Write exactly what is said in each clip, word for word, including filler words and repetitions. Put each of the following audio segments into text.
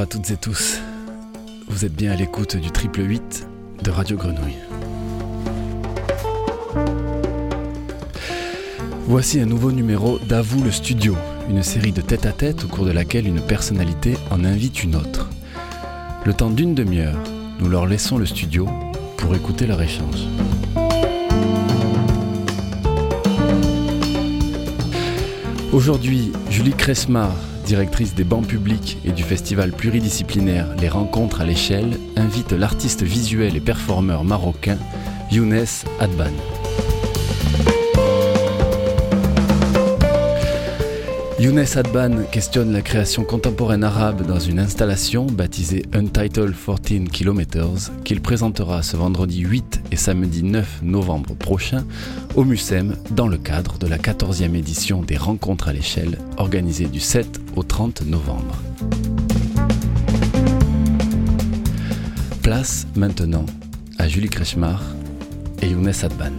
toutes et tous. Vous êtes bien à l'écoute du triple huit de Radio Grenouille. Voici un nouveau numéro d'Avoue le Studio, une série de tête-à-tête au cours de laquelle une personnalité en invite une autre. Le temps d'une demi-heure, nous leur laissons le studio pour écouter leur échange. Aujourd'hui, Julie Cresmar, directrice des bancs publics et du festival pluridisciplinaire Les Rencontres à l'échelle, invite l'artiste visuel et performeur marocain Younes Adban. Younes Adban questionne la création contemporaine arabe dans une installation baptisée Untitled quatorze Kilometers qu'il présentera ce vendredi huit et samedi neuf novembre prochain au Mucem dans le cadre de la quatorzième édition des Rencontres à l'échelle organisée du sept au trente novembre. Place maintenant à Julie Cresmar et Younes Adban.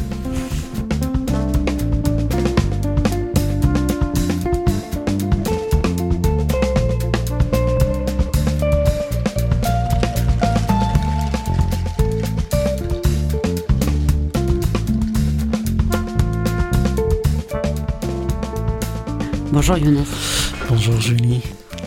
Bonjour Younes. Bonjour Julie.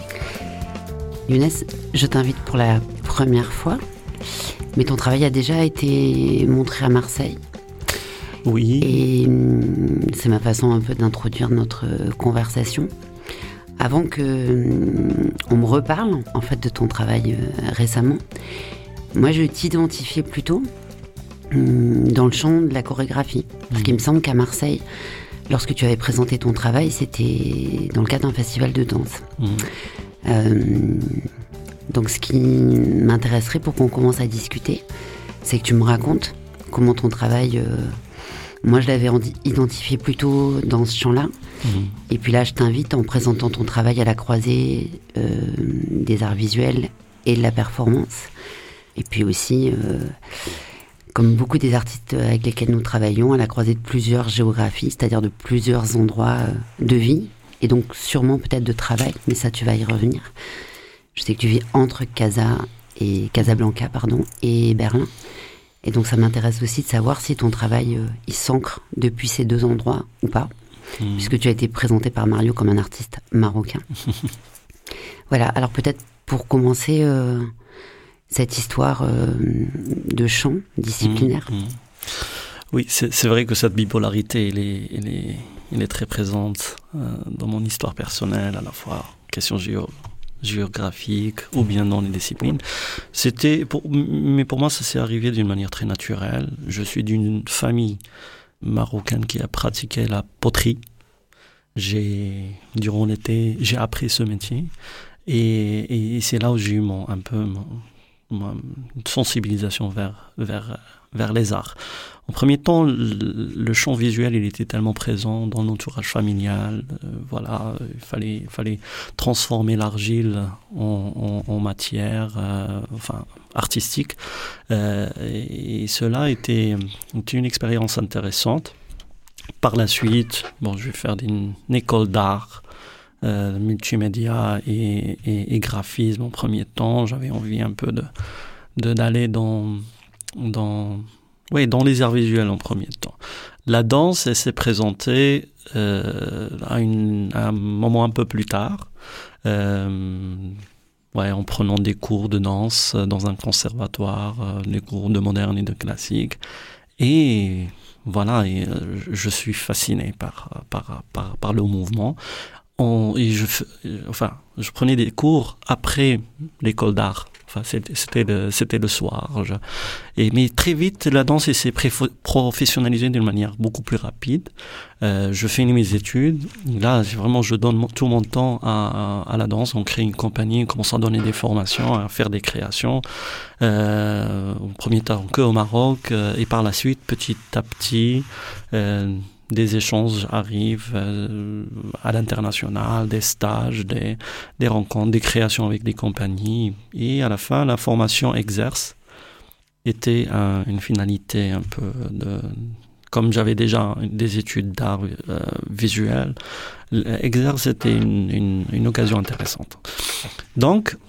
Younes, je t'invite pour la première fois, mais ton travail a déjà été montré à Marseille. Oui. Et c'est ma façon un peu d'introduire notre conversation. Avant que on me reparle en fait de ton travail récemment, moi je t'identifiais plutôt dans le champ de la chorégraphie. Parce qu'il me semble qu'à Marseille, lorsque tu avais présenté ton travail, c'était dans le cadre d'un festival de danse. Mmh. Euh, donc ce qui m'intéresserait pour qu'on commence à discuter, c'est que tu me racontes comment ton travail, euh, moi je l'avais identifié plutôt dans ce champ-là. Mmh. Et puis là je t'invite en présentant ton travail à la croisée euh, des arts visuels et de la performance. Et puis aussi... Euh, comme beaucoup des artistes avec lesquels nous travaillons, à la croisée de plusieurs géographies, c'est-à-dire de plusieurs endroits de vie, et donc sûrement peut-être de travail, mais ça tu vas y revenir. Je sais que tu vis entre Casa et Casablanca, pardon, et Berlin, et donc ça m'intéresse aussi de savoir si ton travail euh, il s'ancre depuis ces deux endroits ou pas, mmh. puisque tu as été présenté par Mario comme un artiste marocain. Voilà, alors peut-être pour commencer... Euh, cette histoire euh, de chant disciplinaire. Mmh, mmh. Oui, c'est, c'est vrai que cette bipolarité, elle est, elle est, elle est très présente euh, dans mon histoire personnelle, à la fois question géo, géographique ou bien dans les disciplines. C'était, pour, mais pour moi, ça s'est arrivé d'une manière très naturelle. Je suis d'une famille marocaine qui a pratiqué la poterie. J'ai, durant l'été, j'ai appris ce métier. Et, et c'est là où j'ai eu mon, un peu mon, mon sensibilisation vers, vers, vers les arts. En premier temps, le, le champ visuel, il était tellement présent dans l'entourage familial. Euh, voilà, il fallait, il fallait transformer l'argile en, en, en matière euh, enfin, artistique. Euh, et, et cela était, était une expérience intéressante. Par la suite, bon, je vais faire une, une école d'art. Euh, multimédia et, et, et graphisme en premier temps. J'avais envie un peu de, de d'aller dans dans ouais dans les arts visuels en premier temps. La danse, elle s'est présentée euh, à, une, à un moment un peu plus tard, euh, ouais en prenant des cours de danse dans un conservatoire, euh, des cours de moderne et de classique, et voilà, et, euh, je suis fasciné par par par par le mouvement. On, et je, enfin, je prenais des cours après l'école d'art. Enfin, c'était, c'était, le, c'était le soir. Je, et, mais très vite, la danse s'est professionnalisée d'une manière beaucoup plus rapide. Euh, je finis mes études. Là, vraiment, je donne mon, tout mon temps à, à, à la danse. On crée une compagnie, on commence à donner des formations, à faire des créations. Euh, au premier temps, que au Maroc. Euh, et par la suite, petit à petit... Euh, des échanges arrivent euh, à l'international, des stages, des, des rencontres, des créations avec des compagnies. Et à la fin, la formation exerce était un, une finalité un peu de... Comme j'avais déjà des études d'art euh, visuel, exerce était une, une, une occasion intéressante. Donc,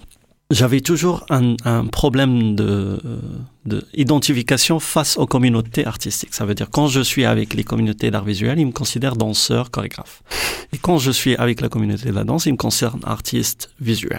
j'avais toujours un, un problème de, de identification face aux communautés artistiques. Ça veut dire, quand je suis avec les communautés d'art visuel, ils me considèrent danseur, chorégraphe. Et quand je suis avec la communauté de la danse, ils me considèrent artiste visuel.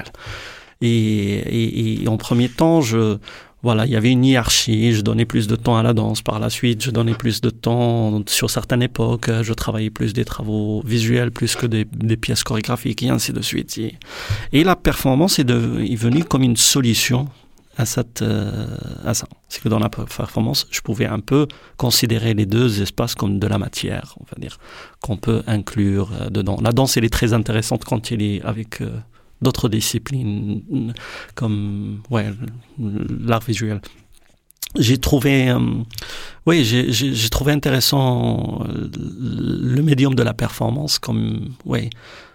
Et, et, et en premier temps, je, voilà, il y avait une hiérarchie. Je donnais plus de temps à la danse. Par la suite, je donnais plus de temps sur certaines époques. Je travaillais plus des travaux visuels plus que des, des pièces chorégraphiques et ainsi de suite. Et, et la performance est, de, est venue comme une solution à, cette, euh, à ça. C'est que dans la performance, je pouvais un peu considérer les deux espaces comme de la matière, on va dire, qu'on peut inclure dedans. La danse, elle est très intéressante quand elle est avec... Euh, d'autres disciplines comme ouais, l'art visuel. J'ai trouvé, euh, oui, j'ai, j'ai, j'ai trouvé intéressant le médium de la performance comme, ouais,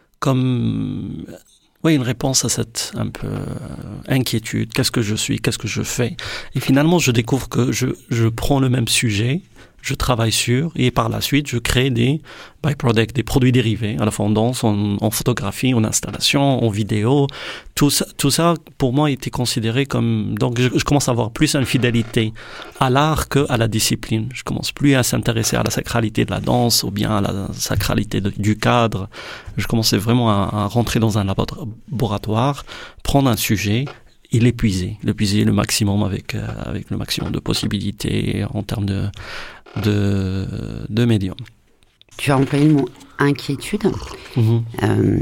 comme, ouais, une réponse à cette un peu inquiétude. Qu'est-ce que je suis, qu'est-ce que je fais? Et finalement, je découvre que je, je prends le même sujet. Je travaille sur, et par la suite, je crée des byproducts, des produits dérivés, à la fois en danse, en, en photographie, en installation, en vidéo. Tout ça, tout ça, pour moi, était considéré comme... Donc, je, je commence à avoir plus une fidélité à l'art qu'à la discipline. Je commence plus à s'intéresser à la sacralité de la danse ou bien à la sacralité de, du cadre. Je commençais vraiment à, à rentrer dans un laboratoire, prendre un sujet et l'épuiser, l'épuiser le maximum avec, euh, avec le maximum de possibilités en termes de... de, de médium. Tu as employé le mot inquiétude. Mmh. Euh,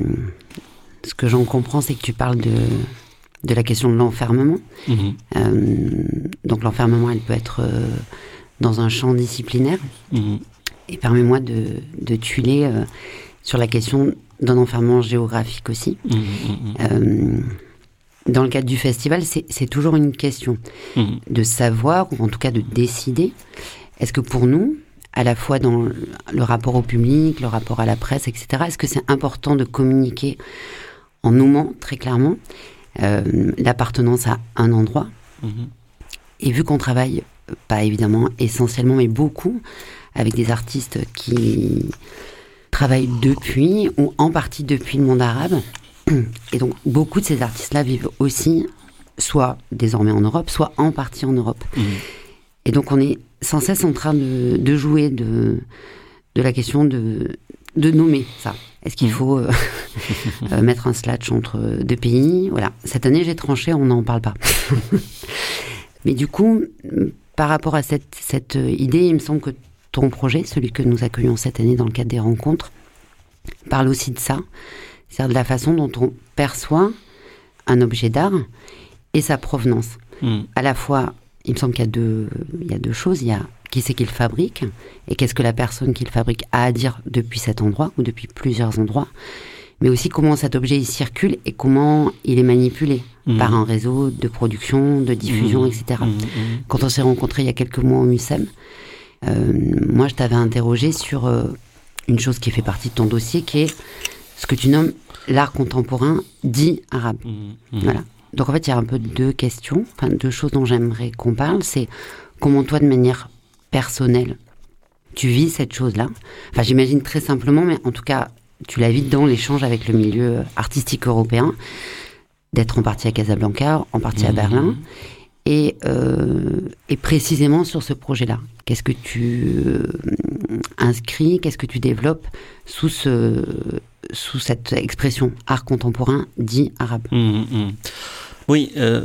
ce que j'en comprends, c'est que tu parles de, de la question de l'enfermement. Mmh. Euh, donc l'enfermement, elle peut être euh, dans un champ disciplinaire. Mmh. Et permets-moi de, de tuiler euh, sur la question d'un enfermement géographique aussi. Mmh. Euh, dans le cadre du festival, c'est, c'est toujours une question mmh. de savoir, ou en tout cas de décider. Est-ce que pour nous, à la fois dans le rapport au public, le rapport à la presse, et cetera, est-ce que c'est important de communiquer en nommant très clairement euh, l'appartenance à un endroit? Mmh. Et vu qu'on travaille, pas évidemment essentiellement, mais beaucoup, avec des artistes qui travaillent depuis, ou en partie depuis le monde arabe, et donc beaucoup de ces artistes-là vivent aussi, soit désormais en Europe, soit en partie en Europe. Mmh. Et donc on est sans cesse en train de, de jouer de, de la question de, de nommer ça. Est-ce qu'il faut euh, euh, mettre un slash entre deux pays? Voilà. Cette année, j'ai tranché, on n'en parle pas. Mais du coup, par rapport à cette, cette idée, il me semble que ton projet, celui que nous accueillons cette année dans le cadre des rencontres, parle aussi de ça. C'est-à-dire de la façon dont on perçoit un objet d'art et sa provenance. Mmh. À la fois... Il me semble qu'il y a deux, il y a deux choses. Il y a qui c'est qui le fabrique et qu'est-ce que la personne qui le fabrique a à dire depuis cet endroit ou depuis plusieurs endroits. Mais aussi comment cet objet il circule et comment il est manipulé mmh. par un réseau de production, de diffusion, mmh. et cetera. Mmh. Quand on s'est rencontrés il y a quelques mois au MUSEM, euh, moi je t'avais interrogé sur euh, une chose qui fait partie de ton dossier, qui est ce que tu nommes l'art contemporain dit arabe. Mmh. Voilà. Donc en fait, il y a un peu deux questions, enfin deux choses dont j'aimerais qu'on parle. C'est comment toi, de manière personnelle, tu vis cette chose-là. Enfin, j'imagine très simplement, mais en tout cas, tu la vis dans l'échange avec le milieu artistique européen, d'être en partie à Casablanca, en partie à Berlin, et, euh, et précisément sur ce projet-là. Qu'est-ce que tu euh, inscris, qu'est-ce que tu développes sous, ce, sous cette expression art contemporain dit arabe? mmh, mmh. Oui, euh,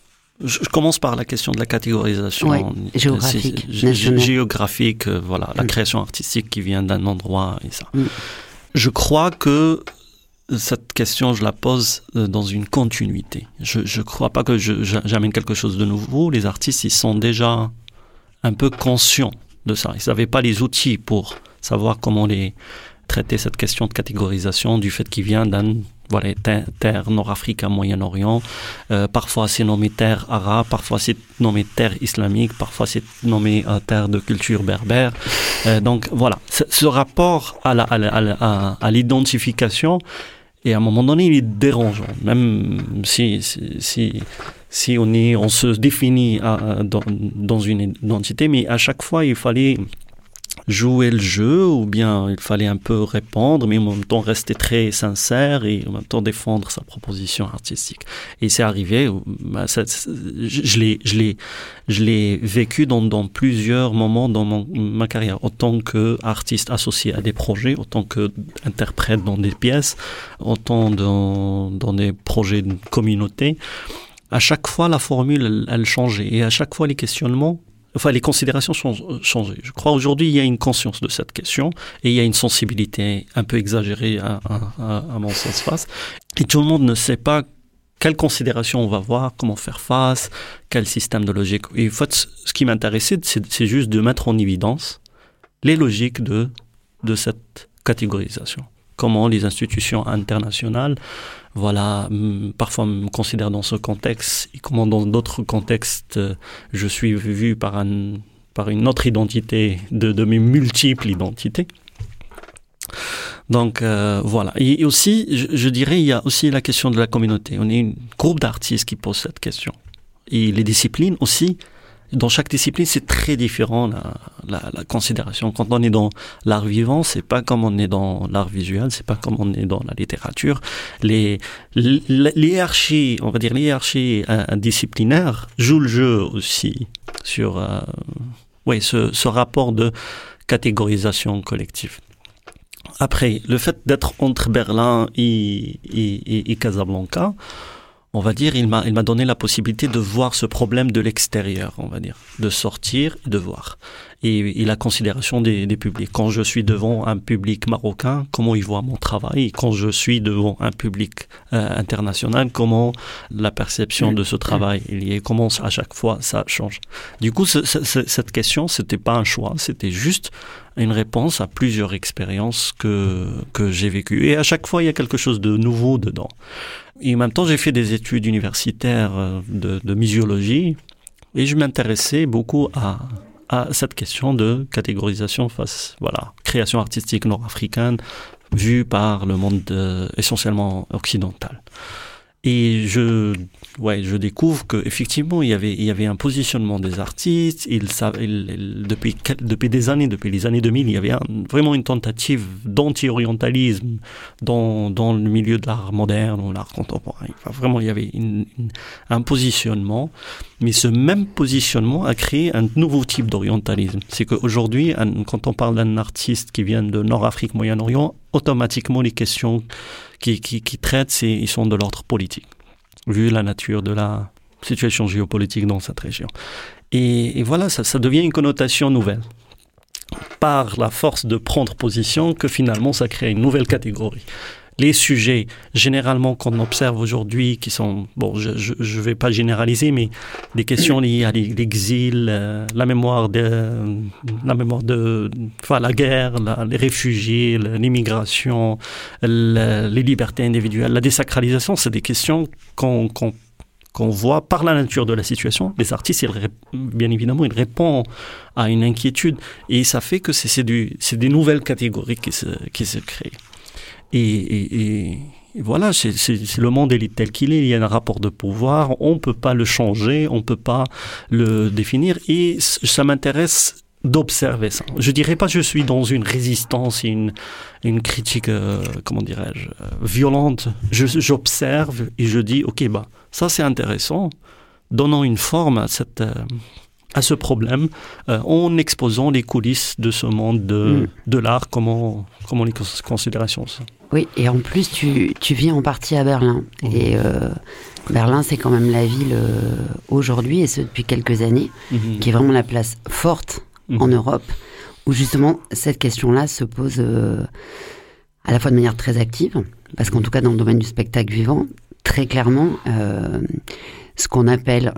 je, je commence par la question de la catégorisation ouais, géographique, c'est, g- géographique, euh, voilà, la mmh. création artistique qui vient d'un endroit et ça. Mmh. Je crois que cette question, je la pose dans une continuité. Je ne crois pas que je, j'amène quelque chose de nouveau. Les artistes, ils sont déjà un peu conscients de ça. Ils n'avaient pas les outils pour savoir comment les traiter cette question de catégorisation du fait qu'il vient d'un voilà, terre, terre nord-africain, Moyen-Orient. Euh, parfois, c'est nommé terre arabe, parfois, c'est nommé terre islamique, parfois, c'est nommé euh, terre de culture berbère. Euh, donc, voilà. Ce, ce rapport à, la, à, la, à, la, à, à l'identification, et à un moment donné, il est dérangeant. Même si, si, si, si on, est, on se définit à, dans, dans une identité, mais à chaque fois, il fallait jouer le jeu, ou bien il fallait un peu répondre, mais en même temps rester très sincère et en même temps défendre sa proposition artistique. Et c'est arrivé, bah, ça, je, je, l'ai, je, l'ai, je l'ai vécu dans, dans plusieurs moments dans mon, ma carrière, autant qu'artiste associé à des projets, autant qu'interprète dans des pièces, autant dans, dans des projets de communauté. À chaque fois, la formule, elle, elle changeait. Et à chaque fois, les questionnements, enfin, les considérations changeaient. Je crois aujourd'hui, il y a une conscience de cette question et il y a une sensibilité un peu exagérée à, à, à mon sens face. Et tout le monde ne sait pas quelles considérations on va voir, comment faire face, quel système de logique. Et en fait, ce qui m'intéressait, c'est, c'est juste de mettre en évidence les logiques de, de cette catégorisation. Comment les institutions internationales, voilà, parfois me considèrent dans ce contexte, et comment dans d'autres contextes, je suis vu par, un, par une autre identité de, de mes multiples identités. Donc euh, voilà. Et, et aussi, je, je dirais, il y a aussi la question de la communauté. On est un groupe d'artistes qui pose cette question. Et les disciplines aussi. Dans chaque discipline, c'est très différent la, la, la considération. Quand on est dans l'art vivant, c'est pas comme on est dans l'art visuel, c'est pas comme on est dans la littérature. Les, les, les hiérarchies, on va dire les hiérarchies euh, disciplinaires jouent le jeu aussi sur, euh, ouais, ce, ce rapport de catégorisation collective. Après, le fait d'être entre Berlin et, et, et, et Casablanca, on va dire, il m'a, il m'a donné la possibilité de voir ce problème de l'extérieur, on va dire, de sortir et de voir. Et, et la considération des, des publics. Quand je suis devant un public marocain, comment ils voient mon travail? Et quand je suis devant un public euh, international, comment la perception de ce travail est liée? Comment à chaque fois ça change? Du coup, ce, ce, cette question, c'était pas un choix, c'était juste une réponse à plusieurs expériences que, que j'ai vécues. Et à chaque fois, il y a quelque chose de nouveau dedans. Et en même temps, j'ai fait des études universitaires de, de muséologie et je m'intéressais beaucoup à, à cette question de catégorisation face, voilà, création artistique nord-africaine vue par le monde euh, essentiellement occidental. Et je, ouais, je découvre que effectivement il y avait, il y avait un positionnement des artistes. Ils savaient, ils, depuis, depuis des années, depuis les années deux mille, il y avait un, vraiment une tentative d'anti-orientalisme dans, dans le milieu de l'art moderne ou l'art contemporain. Enfin, vraiment, il y avait une, une, un positionnement. Mais ce même positionnement a créé un nouveau type d'orientalisme. C'est qu'aujourd'hui, un, quand on parle d'un artiste qui vient de Nord-Afrique, Moyen-Orient, automatiquement les questions qui, qui, qui traitent, c'est, ils sont de l'ordre politique, vu la nature de la situation géopolitique dans cette région. Et, et voilà, ça, ça devient une connotation nouvelle. Par la force de prendre position, que finalement, ça crée une nouvelle catégorie. Les sujets, généralement, qu'on observe aujourd'hui, qui sont, bon, je ne vais pas généraliser, mais des questions liées à l'exil, euh, la mémoire de, la mémoire de, enfin, la guerre, la, les réfugiés, l'immigration, la, les libertés individuelles, la désacralisation, c'est des questions qu'on, qu'on, qu'on voit par la nature de la situation. Les artistes, ils, bien évidemment, ils répondent à une inquiétude, et ça fait que c'est, c'est, du, c'est des nouvelles catégories qui se, qui se créent. Et, et, et voilà, c'est, c'est, c'est le monde est tel qu'il est, il y a un rapport de pouvoir, on ne peut pas le changer, on ne peut pas le définir, et ça m'intéresse d'observer ça. Je ne dirais pas que je suis dans une résistance et une, une critique, euh, comment dirais-je, euh, violente. Je, j'observe et je dis, ok, bah, ça c'est intéressant, donnons une forme à cette... Euh, à ce problème, euh, en exposant les coulisses de ce monde de, mmh. de l'art, comment, comment les considérations ça. Oui, et en plus, tu, tu vis en partie à Berlin. Mmh. Et euh, Berlin, c'est quand même la ville, euh, aujourd'hui, et ce depuis quelques années, mmh. qui est vraiment la place forte mmh. en Europe, où justement, cette question-là se pose euh, à la fois de manière très active, parce qu'en tout cas, dans le domaine du spectacle vivant, très clairement, euh, ce qu'on appelle...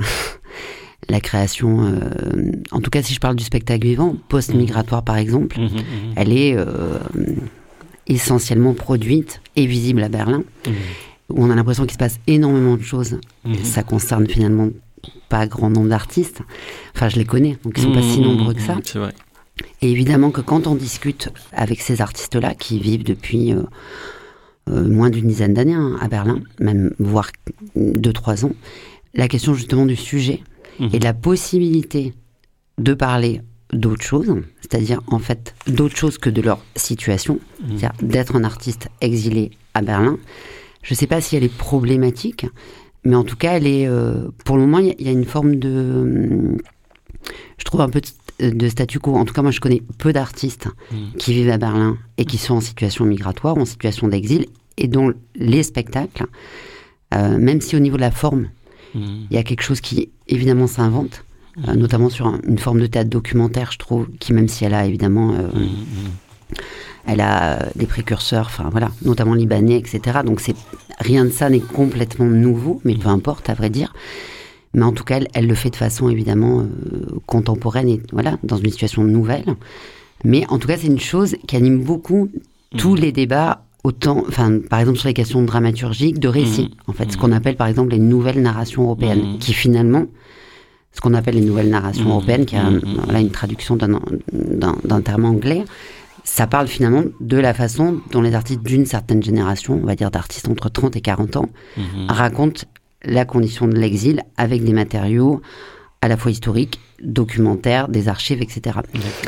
la création, euh, en tout cas si je parle du spectacle vivant, post-migratoire par exemple, mmh, mmh. elle est euh, essentiellement produite et visible à Berlin, mmh. où on a l'impression qu'il se passe énormément de choses. Mmh. Ça concerne finalement pas grand nombre d'artistes. Enfin, je les connais, donc ils sont mmh, pas si nombreux que ça. C'est vrai. Et évidemment que quand on discute avec ces artistes-là, qui vivent depuis euh, euh, moins d'une dizaine d'années hein, à Berlin, même voire deux, trois ans, la question justement du sujet, et de la possibilité de parler d'autres choses, c'est-à-dire en fait d'autres choses que de leur situation, mmh. c'est-à-dire d'être un artiste exilé à Berlin. Je ne sais pas si elle est problématique, mais en tout cas, elle est, euh, pour le moment, il y, y a une forme de, euh, je trouve un peu de, de statu quo. En tout cas, moi, je connais peu d'artistes mmh. qui vivent à Berlin et qui sont en situation migratoire ou en situation d'exil, et dont les spectacles, euh, même si au niveau de la forme, il mmh. y a quelque chose qui, évidemment, s'invente, mmh. euh, notamment sur un, une forme de théâtre documentaire, je trouve, qui, même si elle a, évidemment... Euh, mmh. Elle a des précurseurs, enfin voilà, notamment libanais, et cetera. Donc c'est, rien de ça n'est complètement nouveau, mais peu importe, à vrai dire. Mais en tout cas, elle, elle le fait de façon évidemment euh, contemporaine et voilà, dans une situation nouvelle. Mais en tout cas, c'est une chose qui anime beaucoup tous mmh. les débats, autant, enfin, par exemple sur les questions dramaturgiques, de récits. Mmh. En fait, mmh. ce qu'on appelle par exemple les nouvelles narrations européennes, mmh. qui finalement, ce qu'on appelle les nouvelles narrations mmh. européennes, qui a mmh. voilà, une traduction d'un, d'un, d'un terme anglais. Ça parle finalement de la façon dont les artistes d'une certaine génération, on va dire d'artistes entre trente et quarante ans, mmh. racontent la condition de l'exil avec des matériaux à la fois historiques, documentaires, des archives, et cetera.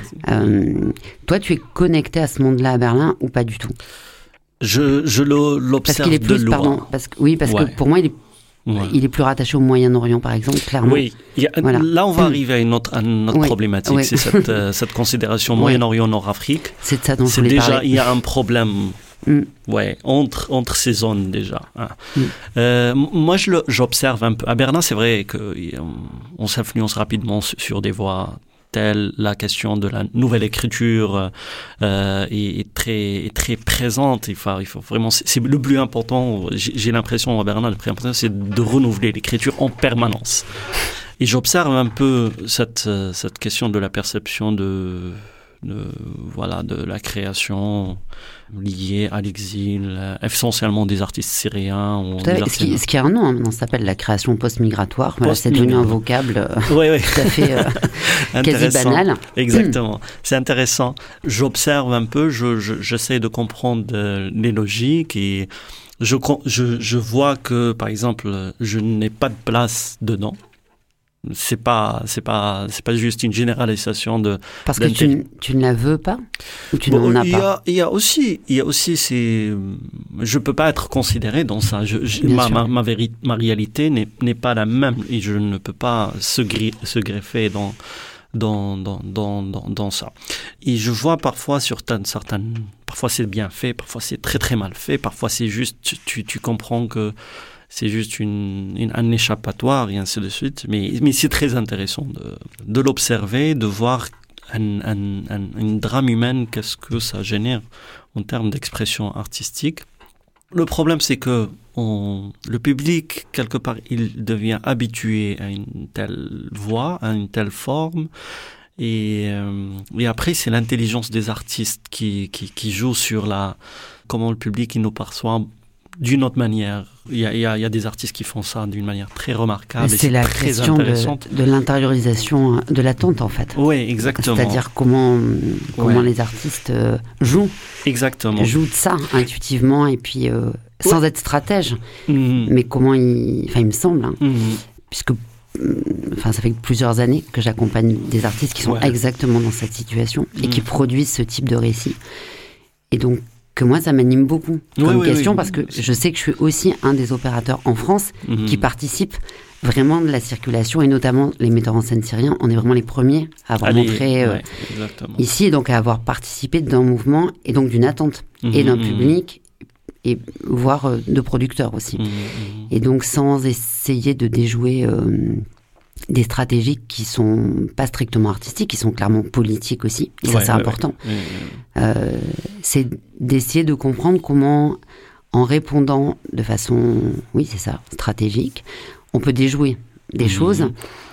Euh, toi, tu es connecté à ce monde-là à Berlin ou pas du tout ? Je, je l'observe parce qu'il est plus, de loin. Pardon, parce que, oui, parce ouais. que pour moi, il est Ouais. Il est plus rattaché au Moyen-Orient, par exemple, clairement. Oui, y a, voilà. Là, on va arriver à une autre, à une autre oui. problématique. Oui. C'est cette, euh, cette considération oui. Moyen-Orient, Nord-Afrique. C'est de ça dont c'est je voulais déjà, parler. Il y a un problème mm. ouais, entre, entre ces zones, déjà. Hein. Mm. Euh, moi, je le, j'observe un peu. À Berlin, c'est vrai qu'on s'influence rapidement sur des voies telle la question de la nouvelle écriture euh, est, est très est très présente. Il faut, il faut vraiment c'est, c'est le plus important. J'ai, j'ai l'impression à Berlin, le plus important, c'est de renouveler l'écriture en permanence. Et j'observe un peu cette cette question de la perception de de voilà de la création liée à l'exil, euh, essentiellement des artistes syriens ou des artistes... ce, qui, ce qui a un nom, hein, ça s'appelle la création post-migratoire. Voilà, post-migratoire. C'est devenu un vocable euh, ouais, ouais. tout à fait euh, quasi banal. Exactement, mmh. c'est intéressant. J'observe un peu, je, je, j'essaie de comprendre euh, les logiques et je, je, je vois que, par exemple, je n'ai pas de place dedans. C'est pas, c'est pas, c'est pas juste une généralisation de. Parce que tu, tu ne la veux pas ou tu bon, n'en as il y pas. A, il y a aussi, il y a aussi ces. Je peux pas être considéré dans ça. Je, je, ma, ma, ma, véri, ma réalité n'est, n'est pas la même et je ne peux pas se, gri, se greffer dans, dans, dans, dans, dans, dans ça. Et je vois parfois sur certaines, parfois c'est bien fait, parfois c'est très très mal fait, parfois c'est juste, tu, tu comprends que. C'est juste une, une, un échappatoire et ainsi de suite. Mais, mais c'est très intéressant de, de l'observer, de voir un, un, un, une drame humaine, qu'est-ce que ça génère en termes d'expression artistique. Le problème, c'est que on, le public, quelque part, il devient habitué à une telle voix, à une telle forme. Et, euh, et après, c'est l'intelligence des artistes qui, qui, qui joue sur la, comment le public il nous perçoit d'une autre manière. Il y, a, il, y a, il y a des artistes qui font ça d'une manière très remarquable. C'est, et c'est la très question de, de l'intériorisation de l'attente, en fait. Oui, exactement. C'est-à-dire comment, comment ouais. les artistes jouent. Exactement. Jouent de ça, intuitivement, et puis euh, sans ouais. être stratège. Mm-hmm. Mais comment ils... Enfin, il me semble, hein, mm-hmm. puisque enfin, ça fait plusieurs années que j'accompagne des artistes qui sont ouais. exactement dans cette situation mm-hmm. et qui produisent ce type de récit. Et donc, que moi, ça m'anime beaucoup comme oui, question oui, oui. parce que je sais que je suis aussi un des opérateurs en France mmh. qui participe vraiment de la circulation et notamment les metteurs en scène syriens. On est vraiment les premiers à avoir Allez, montré euh, ouais, ici et donc à avoir participé d'un mouvement et donc d'une attente mmh, et d'un mmh. public et voire euh, de producteurs aussi. Mmh, mmh. Et donc sans essayer de déjouer euh, des stratégies qui sont pas strictement artistiques, qui sont clairement politiques aussi, et ça ouais, c'est ouais, important. Ouais, ouais, ouais. Euh, c'est d'essayer de comprendre comment, en répondant de façon, oui c'est ça, stratégique, on peut déjouer des mmh. choses,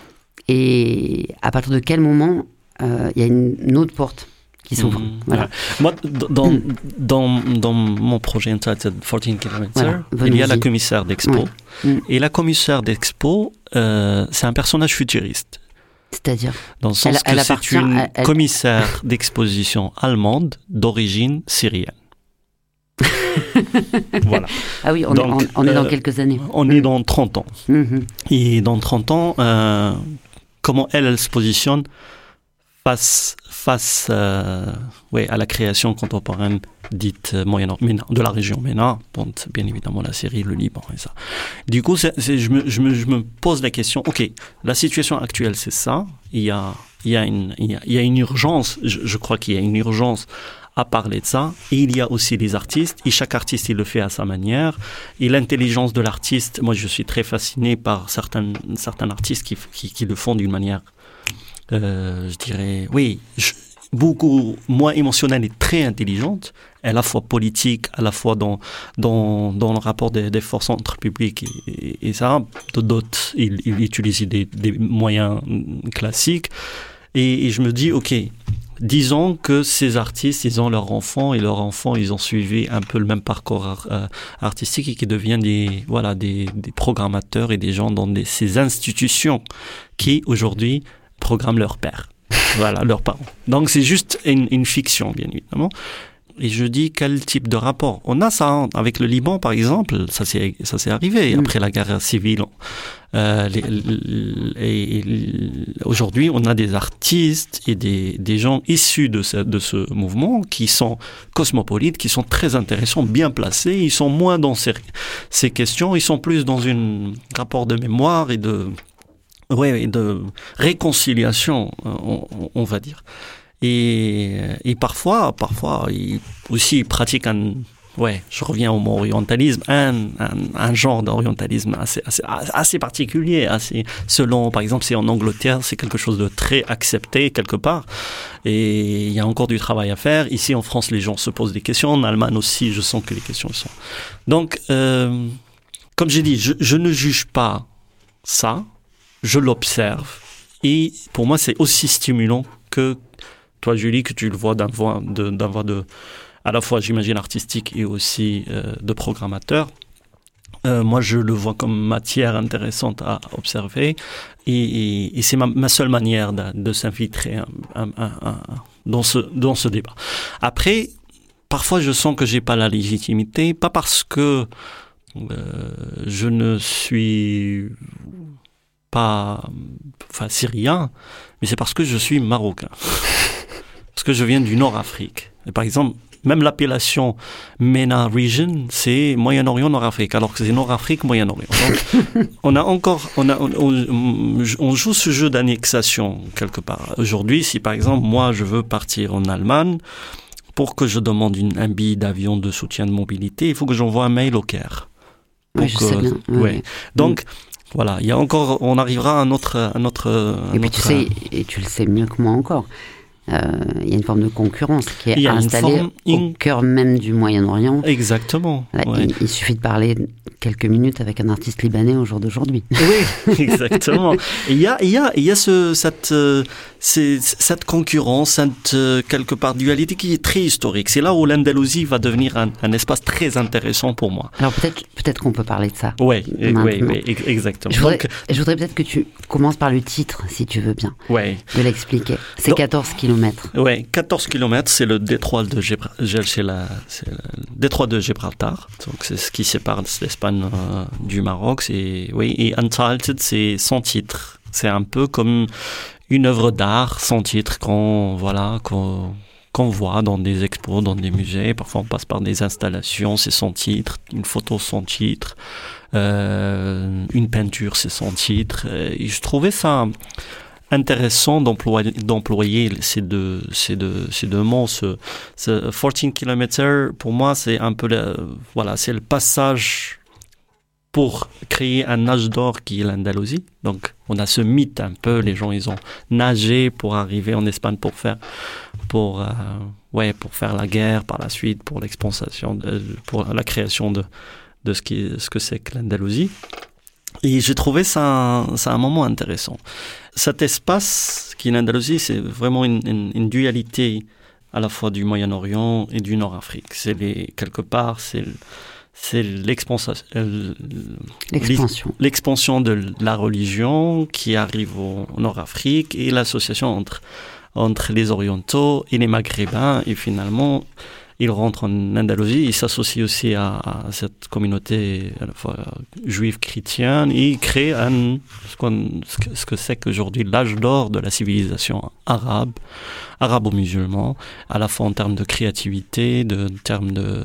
et à partir de quel moment il euh, y a une, une autre porte qui s'ouvre. Mmh. Voilà. Ouais. Moi, dans, mmh. dans, dans mon projet Untitled quatorze kilometers, voilà. il y a la commissaire d'expo. Ouais. Mmh. Et la commissaire d'expo, euh, c'est un personnage futuriste. C'est-à-dire dans le sens elle, que elle c'est une à, elle... commissaire d'exposition allemande d'origine syrienne. Voilà. Ah oui, on, Donc, est, on, on est dans euh, quelques années. On mmh. est dans trente ans. Mmh. Et dans trente ans, euh, comment elle, elle se positionne face, face euh, ouais, à la création contemporaine dite Moyen-Orient, de la région MENA, dont bien évidemment la Syrie, le Liban et ça. Du coup, c'est, c'est, je, me, je, me, je me pose la question, ok, la situation actuelle c'est ça, il y a, il y a, une, il y a, il y a une urgence, je, je crois qu'il y a une urgence à parler de ça, et il y a aussi les artistes, et chaque artiste il le fait à sa manière, et l'intelligence de l'artiste, moi je suis très fasciné par certains, certains artistes qui, qui, qui le font d'une manière, euh, je dirais, oui, je, beaucoup moins émotionnelle et très intelligente, à la fois politique, à la fois dans, dans, dans le rapport des, des forces entre public et, et, et ça, d'autres, il, il utilise des, des moyens classiques, et, et je me dis, ok, disons que ces artistes, ils ont leurs enfants et leurs enfants, ils ont suivi un peu le même parcours euh, artistique et qui deviennent des, voilà, des, des programmateurs et des gens dans des, ces institutions qui, aujourd'hui, programment leurs pères. Voilà, leurs parents. Donc, c'est juste une, une fiction, bien évidemment. Et je dis, quel type de rapport? On a ça hein, avec le Liban, par exemple. Ça s'est, ça s'est arrivé mmh. après la guerre civile. Euh, les, les, et, et, aujourd'hui, on a des artistes et des, des gens issus de ce, de ce mouvement qui sont cosmopolites, qui sont très intéressants, bien placés. Ils sont moins dans ces, ces questions. Ils sont plus dans un rapport de mémoire et de, ouais, et de réconciliation, on, on va dire. Et, et parfois, parfois, ils aussi ils pratiquent un, ouais, je reviens au mot orientalisme, un, un, un genre d'orientalisme assez, assez, assez particulier, assez, selon, par exemple, c'est en Angleterre, c'est quelque chose de très accepté quelque part. Et il y a encore du travail à faire. Ici, en France, les gens se posent des questions. En Allemagne aussi, je sens que les questions sont. Donc, euh, comme j'ai dit, je, je ne juge pas ça, je l'observe. Et pour moi, c'est aussi stimulant que toi, Julie, que tu le vois d'un voix de, d'un voix de, à la fois, j'imagine, artistique et aussi euh, de programmateur. Euh, moi, je le vois comme matière intéressante à observer. Et, et, et c'est ma, ma seule manière de, de s'infiltrer un, un, un, un, dans, ce, dans ce débat. Après, parfois, je sens que j'ai pas la légitimité, pas parce que euh, je ne suis pas enfin, syrien, mais c'est parce que je suis marocain. Parce que je viens du Nord-Afrique. Et par exemple, même l'appellation MENA Region, c'est Moyen-Orient, Nord-Afrique, alors que c'est Nord-Afrique, Moyen-Orient. Donc, on a encore, on a, on, on, on joue ce jeu d'annexation quelque part. Aujourd'hui, si par exemple, moi, je veux partir en Allemagne, pour que je demande une, un billet d'avion de soutien de mobilité, il faut que j'envoie un mail au Caire. Oui, je que, sais bien. Oui, ouais. oui. Donc, voilà, il y a encore, on arrivera à un autre, un autre. Un et puis autre, tu sais, et tu le sais mieux que moi encore. Il euh, y a une forme de concurrence qui est installée forme... au cœur même du Moyen-Orient. Exactement. Là, ouais. il, il suffit de parler quelques minutes avec un artiste libanais au jour d'aujourd'hui. Oui, exactement. Il y a, il y a, il y a ce, cette, euh, c'est, cette concurrence, cette euh, quelque part dualité qui est très historique. C'est là où l'Andalousie va devenir un, un espace très intéressant pour moi. Alors peut-être, peut-être qu'on peut parler de ça. Oui, oui, oui, exactement. Je voudrais, Donc, je voudrais peut-être que tu commences par le titre, si tu veux bien, ouais. de l'expliquer. C'est Donc, quatorze kilomètres. Oui, quatorze kilomètres, c'est le détroit de, Gibra- c'est la, c'est le détroit de Gibraltar. Donc c'est ce qui sépare l'Espagne euh, du Maroc. C'est, oui, et Untitled, c'est sans titre. C'est un peu comme une œuvre d'art sans titre qu'on, voilà, qu'on, qu'on voit dans des expos, dans des musées. Parfois on passe par des installations, c'est sans titre. Une photo sans titre. Euh, une peinture, c'est sans titre. Et je trouvais ça intéressant d'employer, d'employer ces deux, ces deux, ces deux mots. Ce, ce quatorze kilomètres, pour moi, c'est un peu le, voilà, c'est le passage pour créer un âge d'or qui est l'Andalousie. Donc, on a ce mythe un peu, les gens, ils ont nagé pour arriver en Espagne pour faire, pour, euh, ouais, pour faire la guerre par la suite, pour l'expansion, de, pour la création de, de ce qui, ce que c'est que l'Andalousie. Et j'ai trouvé ça, ça un moment intéressant. Cet espace qui est l'Andalousie, c'est vraiment une, une, une dualité à la fois du Moyen-Orient et du Nord-Afrique. C'est les, quelque part, c'est, c'est l'expansion, l'expansion. l'expansion de la religion qui arrive au Nord-Afrique et l'association entre, entre les Orientaux et les Maghrébins. Et finalement, il rentre en Andalousie, il s'associe aussi à, à cette communauté à la fois juive chrétienne, et il crée un, ce, qu'on, ce, que, ce que c'est qu'aujourd'hui l'âge d'or de la civilisation arabe, arabo-musulman, à la fois en termes de créativité, de, en termes de,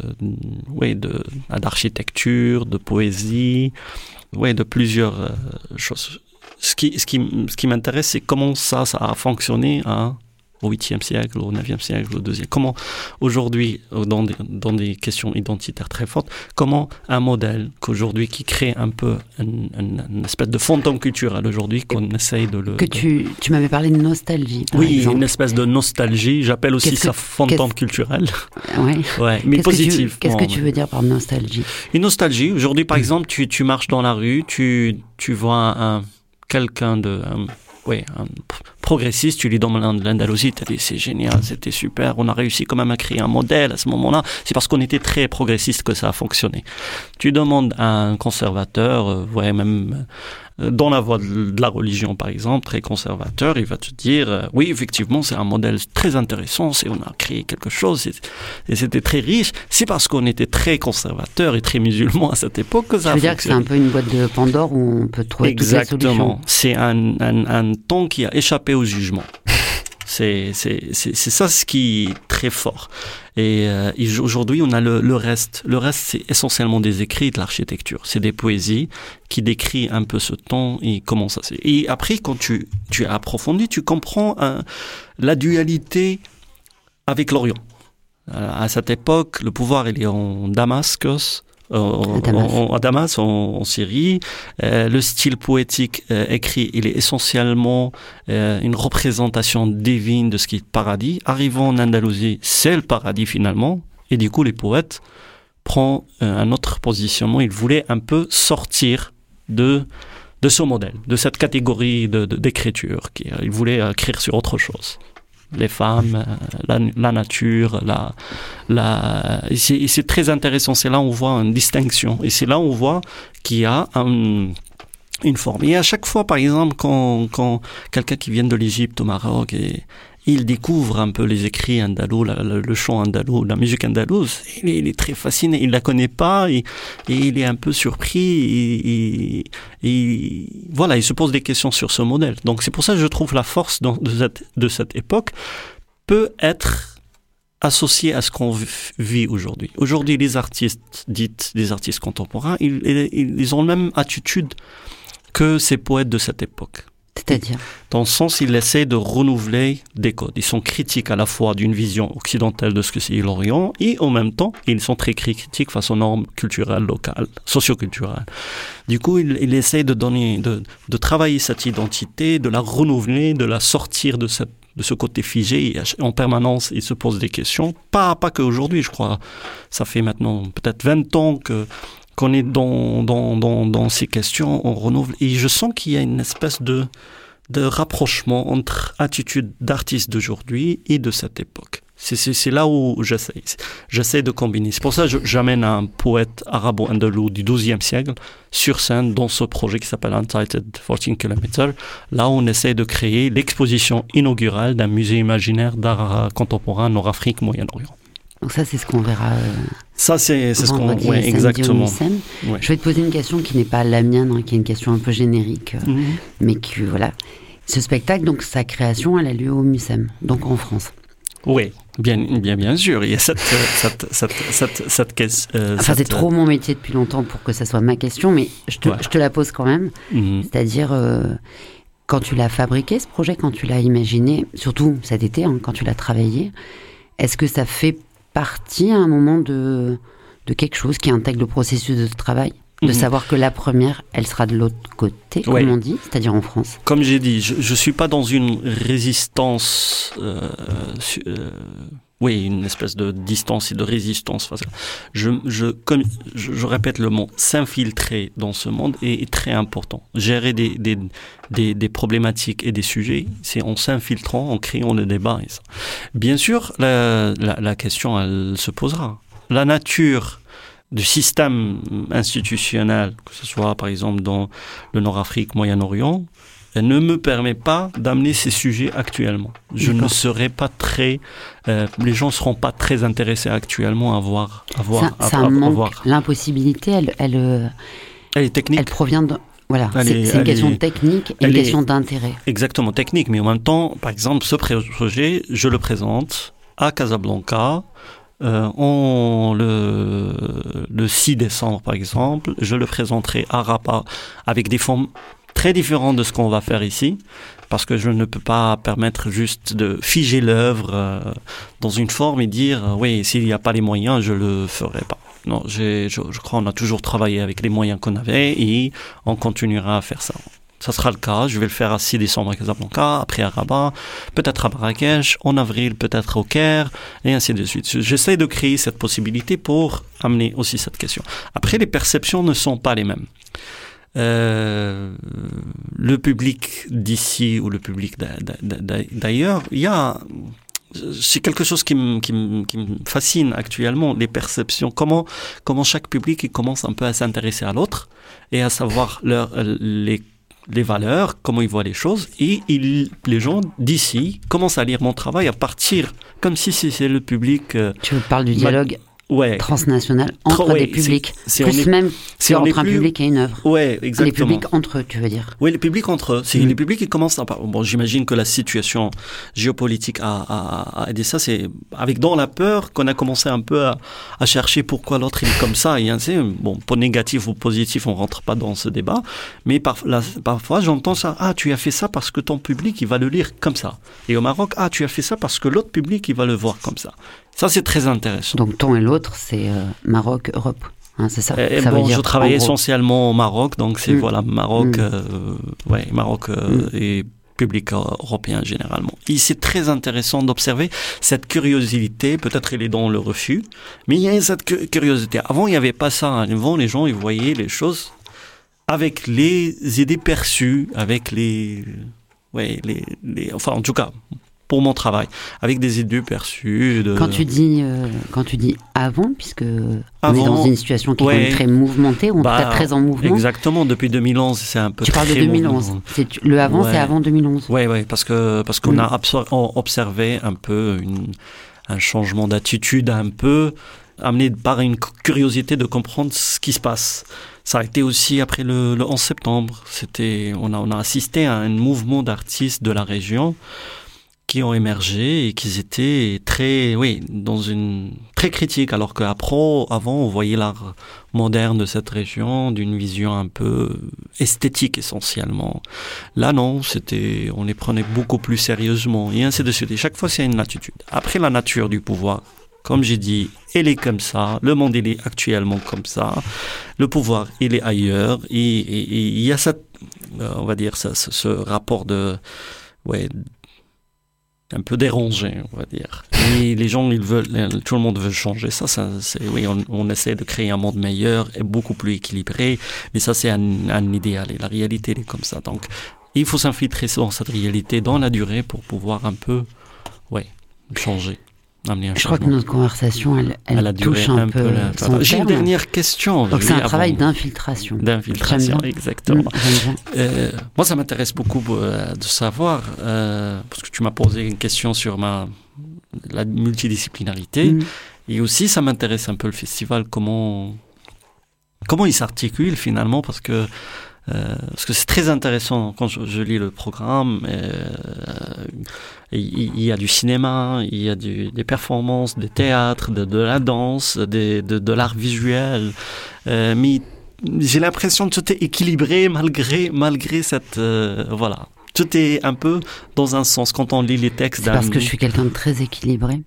oui, de, d'architecture, de poésie, oui, de plusieurs euh, choses. Ce qui, ce qui, ce qui m'intéresse, c'est comment ça, ça a fonctionné hein, au huitième siècle, au neuvième siècle, au deuxième. Comment, aujourd'hui, dans des, dans des questions identitaires très fortes, comment un modèle qu'aujourd'hui, qui crée un peu une, une, une espèce de fantôme culturel aujourd'hui, qu'on essaye de le... Que tu, tu m'avais parlé de nostalgie, par Oui, exemple. Une espèce de nostalgie. J'appelle aussi qu'est-ce ça que, fantôme culturel. Ouais. Ouais, mais qu'est-ce positif. Que tu, qu'est-ce que tu veux dire par nostalgie? Une nostalgie. Aujourd'hui, par mmh. exemple, tu, tu marches dans la rue, tu, tu vois un... quelqu'un de un, oui, un progressiste, tu lui donnes l'Andalousie, tu as dit c'est génial, c'était super, on a réussi quand même à créer un modèle à ce moment-là. C'est parce qu'on était très progressiste que ça a fonctionné. Tu demandes à un conservateur, euh, ouais, même euh, dans la voie de, de la religion par exemple, très conservateur, il va te dire euh, oui, effectivement, c'est un modèle très intéressant, c'est, on a créé quelque chose et, et c'était très riche. C'est parce qu'on était très conservateur et très musulman à cette époque que ça a fonctionné. Je veux dire que c'est un peu une boîte de Pandore où on peut trouver toutes les solutions. Exactement. C'est un, un, un temps qui a échappé au jugement. C'est, c'est, c'est, c'est ça ce qui est très fort. Et, euh, et aujourd'hui, on a le, le reste. Le reste, c'est essentiellement des écrits de l'architecture. C'est des poésies qui décrivent un peu ce temps et comment ça c'est. Et après, quand tu, tu approfondis, tu comprends hein, la dualité avec l'Orient. À cette époque, le pouvoir, il est en Damascus, Euh, Damas. en, à Damas, en, en Syrie. Euh, le style poétique euh, écrit, il est essentiellement euh, une représentation divine de ce qui est paradis. Arrivant en Andalousie, c'est le paradis finalement. Et du coup, les poètes prennent euh, un autre positionnement. Ils voulaient un peu sortir de de ce modèle, de cette catégorie de, de, d'écriture. Qui, euh, ils voulaient écrire sur autre chose. Les femmes, la, la nature, la, la... Et c'est, et c'est très intéressant. C'est là où on voit une distinction. Et c'est là où on voit qu'il y a un, une forme. Et à chaque fois, par exemple, quand, quand quelqu'un qui vient de l'Égypte au Maroc et il découvre un peu les écrits andalous, la, la, le chant andalou, la musique andalouse, il est, il est très fasciné. Il la connaît pas et, et il est un peu surpris. Et, et, et voilà, il se pose des questions sur ce modèle. Donc c'est pour ça que je trouve la force dans, de, cette, de cette époque peut être associée à ce qu'on vit aujourd'hui. Aujourd'hui, les artistes, dites des artistes contemporains, ils, ils, ils ont la même attitude que ces poètes de cette époque. C'est-à-dire ? Dans le sens, ils essaient de renouveler des codes. Ils sont critiques à la fois d'une vision occidentale de ce que c'est l'Orient et en même temps, ils sont très critiques face aux normes culturelles locales, socioculturelles. Du coup, ils, ils essaient de donner, de, de travailler cette identité, de la renouveler, de la sortir de cette de ce côté figé. Et en permanence, ils se posent des questions. Pas, pas qu'aujourd'hui, je crois. Ça fait maintenant peut-être vingt ans que qu'on est dans, dans, dans, dans ces questions, on renouvelle. Et je sens qu'il y a une espèce de, de rapprochement entre attitude d'artistes d'aujourd'hui et de cette époque. C'est, c'est, c'est là où j'essaie. J'essaie de combiner. C'est pour ça que j'amène un poète arabo-andalou du douzième siècle sur scène dans ce projet qui s'appelle Untitled quatorze kilomètres. Là où on essaie de créer l'exposition inaugurale d'un musée imaginaire d'art contemporain Nord-Afrique, Moyen-Orient. Donc ça, c'est ce qu'on verra. Euh, ça, c'est, c'est ce qu'on... Oui, ouais, exactement. Ouais. Je vais te poser une question qui n'est pas la mienne, hein, qui est une question un peu générique, euh, mm-hmm. mais que, voilà. Ce spectacle, donc sa création, elle a lieu au Mucem, donc en France. Oui, bien, bien, bien sûr. Il y a cette, cette, cette, cette, cette caisse. Euh, enfin, cette... c'est trop mon métier depuis longtemps pour que ça soit ma question, mais je te, ouais. je te la pose quand même. Mm-hmm. C'est-à-dire, euh, quand tu l'as fabriqué, ce projet, quand tu l'as imaginé, surtout cet été, hein, quand tu l'as travaillé, est-ce que ça fait partie à un moment de, de quelque chose qui intègre le processus de travail, de mmh. savoir que la première, elle sera de l'autre côté, comme ouais. on dit, c'est-à-dire en France. Comme j'ai dit, je ne suis pas dans une résistance, euh, euh, oui, une espèce de distance et de résistance. Je, je, comme, je, je répète le mot, s'infiltrer dans ce monde est, est très important. Gérer des, des, des, des problématiques et des sujets, c'est en s'infiltrant, en créant le débat. Et ça. Bien sûr, la, la, la question, elle se posera. La nature du système institutionnel, que ce soit par exemple dans le Nord-Afrique, Moyen-Orient, elle ne me permet pas d'amener ces sujets actuellement. Je D'accord. ne serai pas très... Euh, les gens ne seront pas très intéressés actuellement à voir... À voir ça, à, ça à, à manque. Voir. L'impossibilité, elle, elle, elle est technique. Elle provient de... Voilà, elle c'est, est, c'est une question est, technique et une question d'intérêt. Exactement, technique. Mais en même temps, par exemple, ce projet, je le présente à Casablanca... Euh, on, le, le six décembre, par exemple, je le présenterai à Rabat avec des formes très différentes de ce qu'on va faire ici, parce que je ne peux pas permettre juste de figer l'œuvre euh, dans une forme et dire euh, oui, s'il n'y a pas les moyens, je le ferai pas. Non, j'ai, je, je crois qu'on a toujours travaillé avec les moyens qu'on avait et on continuera à faire ça. Ça sera le cas, je vais le faire à six décembre à Casablanca, après à Rabat, peut-être à Marrakech, en avril peut-être au Caire, et ainsi de suite. J'essaie de créer cette possibilité pour amener aussi cette question. Après, les perceptions ne sont pas les mêmes. Euh, le public d'ici ou le public d'ailleurs, il y a... C'est quelque chose qui me, qui me, qui me fascine actuellement, les perceptions, comment, comment chaque public il commence un peu à s'intéresser à l'autre et à savoir leur, les les valeurs, comment ils voient les choses, et ils, les gens d'ici commencent à lire mon travail à partir, comme si c'est le public... Euh, tu parles du dialogue ouais. transnational entre Trop, ouais, des publics, c'est, c'est plus est, même c'est entre un plus... public et une œuvre. Ouais, exactement. Les publics entre eux, tu veux dire. Oui, les publics entre eux. C'est mmh. les publics qui commencent à... Bon, j'imagine que la situation géopolitique a, a, a aidé ça. C'est avec dans la peur qu'on a commencé un peu à, à chercher pourquoi l'autre il est comme ça. Et ainsi, bon, pour négatif ou positif, on rentre pas dans ce débat. Mais par, là, parfois, j'entends ça. Ah, tu as fait ça parce que ton public, il va le lire comme ça. Et au Maroc, ah, tu as fait ça parce que l'autre public, il va le voir comme ça. Ça, c'est très intéressant. Donc, ton et l'autre, c'est euh, Maroc, Europe. Hein, c'est ça. Et ça bon, veut dire, je travaille essentiellement au Maroc, donc c'est mmh. voilà Maroc, mmh. euh, ouais, Maroc euh, mmh. et public européen généralement. Et c'est très intéressant d'observer cette curiosité. Peut-être elle est dans le refus, mais il y a cette curiosité. Avant, il n'y avait pas ça. Avant, les gens ils voyaient les choses avec les idées perçues, avec les, ouais, les, les, enfin en tout cas. Pour mon travail, avec des idées perçues. De... Quand tu dis, euh, quand tu dis avant, puisque avant, on est dans une situation qui ouais, est très mouvementée, ou bah, peut-être très en mouvement. Exactement, depuis deux mille onze, c'est un peu. Tu très parles de deux mille onze. C'est, le avant, ouais. c'est avant deux mille onze. Oui, oui, parce que parce qu'on mmh. a absor- on observé un peu une, un changement d'attitude, un peu amené par une curiosité de comprendre ce qui se passe. Ça a été aussi après le, le onze septembre. C'était, on a on a assisté à un mouvement d'artistes de la région qui ont émergé et qui étaient très, oui, dans une très critique, alors qu'après, avant, on voyait l'art moderne de cette région d'une vision un peu esthétique essentiellement. Là, non, c'était, on les prenait beaucoup plus sérieusement et ainsi de suite. Et chaque fois, c'est une attitude. Après, la nature du pouvoir, comme j'ai dit, elle est comme ça. Le monde, il est actuellement comme ça. Le pouvoir, il est ailleurs. Et il y a cette, on va dire, ce, ce, ce rapport de, ouais, un peu dérangé, on va dire. Et les gens, ils veulent, tout le monde veut changer ça. ça c'est, oui, on, on essaie de créer un monde meilleur et beaucoup plus équilibré, mais ça, c'est un, un idéal. Et la réalité, elle est comme ça. Donc, il faut s'infiltrer dans cette réalité, dans la durée, pour pouvoir un peu, ouais, changer. Amener un Je changement. crois que notre conversation, elle, elle, elle touche un, un peu, peu la... son J'ai terme. une dernière question. Donc c'est un travail d'infiltration. D'infiltration, exactement. Mmh, euh, moi, ça m'intéresse beaucoup euh, de savoir, euh, parce que tu m'as posé une question sur ma, la multidisciplinarité, mmh. et aussi ça m'intéresse un peu le festival, comment, comment il s'articule finalement, parce que Euh, parce que c'est très intéressant quand je, je lis le programme. Euh, il, il y a du cinéma, il y a du, des performances, des théâtres, de, de la danse, des, de, de l'art visuel. Euh, mais j'ai l'impression que tout est équilibré malgré, malgré cette... Euh, voilà. Tout est un peu dans un sens quand on lit les textes. C'est parce que je suis quelqu'un de très équilibré.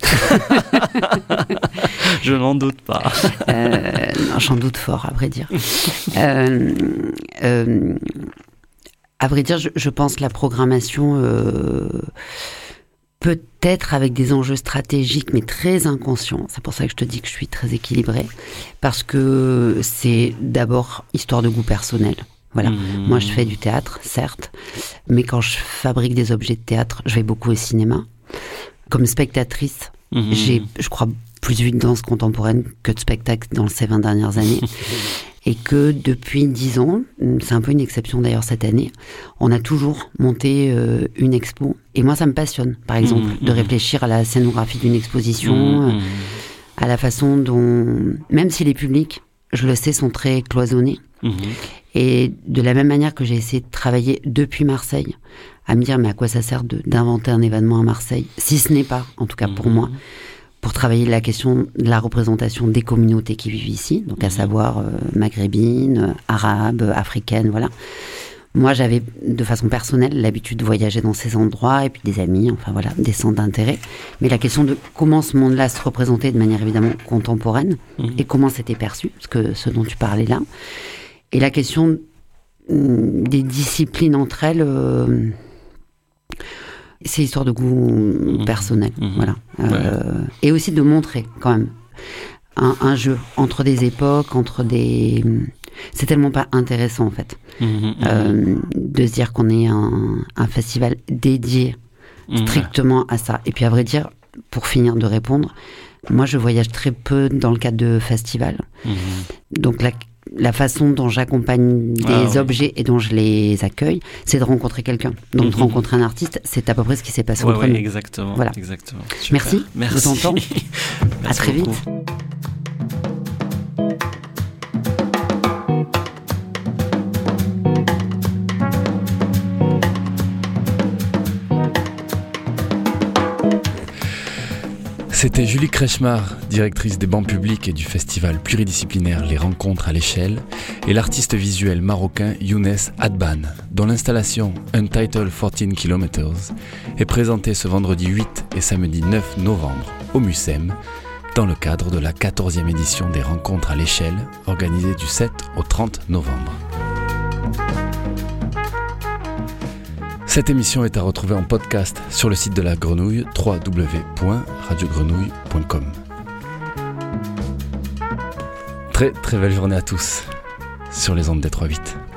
Je n'en doute pas. euh, non, j'en doute fort, à vrai dire. euh, euh, à vrai dire, je, je pense que la programmation, euh, peut-être avec des enjeux stratégiques, mais très inconscients. C'est pour ça que je te dis que je suis très équilibrée. Parce que c'est d'abord histoire de goût personnel. Voilà. Mmh. Moi, je fais du théâtre, certes, mais quand je fabrique des objets de théâtre, je vais beaucoup au cinéma. Comme spectatrice, mmh. j'ai, je crois, plus vu de danse contemporaine que de spectacle dans ces vingt dernières années. Et que depuis dix ans, c'est un peu une exception d'ailleurs cette année, on a toujours monté euh, une expo. Et moi, ça me passionne, par exemple, mmh, de mmh. réfléchir à la scénographie d'une exposition, mmh. à la façon dont, même si les publics, je le sais, sont très cloisonnés. Mmh. Et de la même manière que j'ai essayé de travailler depuis Marseille, à me dire, mais à quoi ça sert de, d'inventer un événement à Marseille, si ce n'est pas, en tout cas pour mmh. moi, pour travailler la question de la représentation des communautés qui vivent ici, donc à savoir euh, maghrébines, euh, arabes, africaines, voilà. Moi, j'avais de façon personnelle l'habitude de voyager dans ces endroits, et puis des amis, enfin voilà, des centres d'intérêt. Mais la question de comment ce monde-là se représentait de manière évidemment contemporaine, mmh. et comment c'était perçu, ce, que, ce dont tu parlais là, et la question euh, des disciplines entre elles... Euh, c'est histoire de goût mmh. personnel, mmh. voilà. Euh, ouais. Et aussi de montrer, quand même, un, un jeu entre des époques, entre des... C'est tellement pas intéressant, en fait, mmh. euh, de se dire qu'on est un, un festival dédié strictement mmh. à ça. Et puis, à vrai dire, pour finir de répondre, moi, je voyage très peu dans le cadre de festivals. Mmh. Donc, la la façon dont j'accompagne des ah, objets oui. et dont je les accueille, c'est de rencontrer quelqu'un. Donc, mm-hmm. de rencontrer un artiste, c'est à peu près ce qui s'est passé ouais, entre ouais, nous. Exactement. Voilà. exactement. Merci. Merci. De ton temps. À très beaucoup. vite. C'était Julie Kretschmar, directrice des bancs publics et du festival pluridisciplinaire Les Rencontres à l'échelle, et l'artiste visuel marocain Younes Adban, dont l'installation Untitled quatorze kilometers est présentée ce vendredi huit et samedi neuf novembre au Mucem, dans le cadre de la quatorzième édition des Rencontres à l'échelle, organisée du sept au trente novembre. Cette émission est à retrouver en podcast sur le site de la Grenouille, w w w point radio grenouille point com. Très très belle journée à tous sur les ondes des trois huit.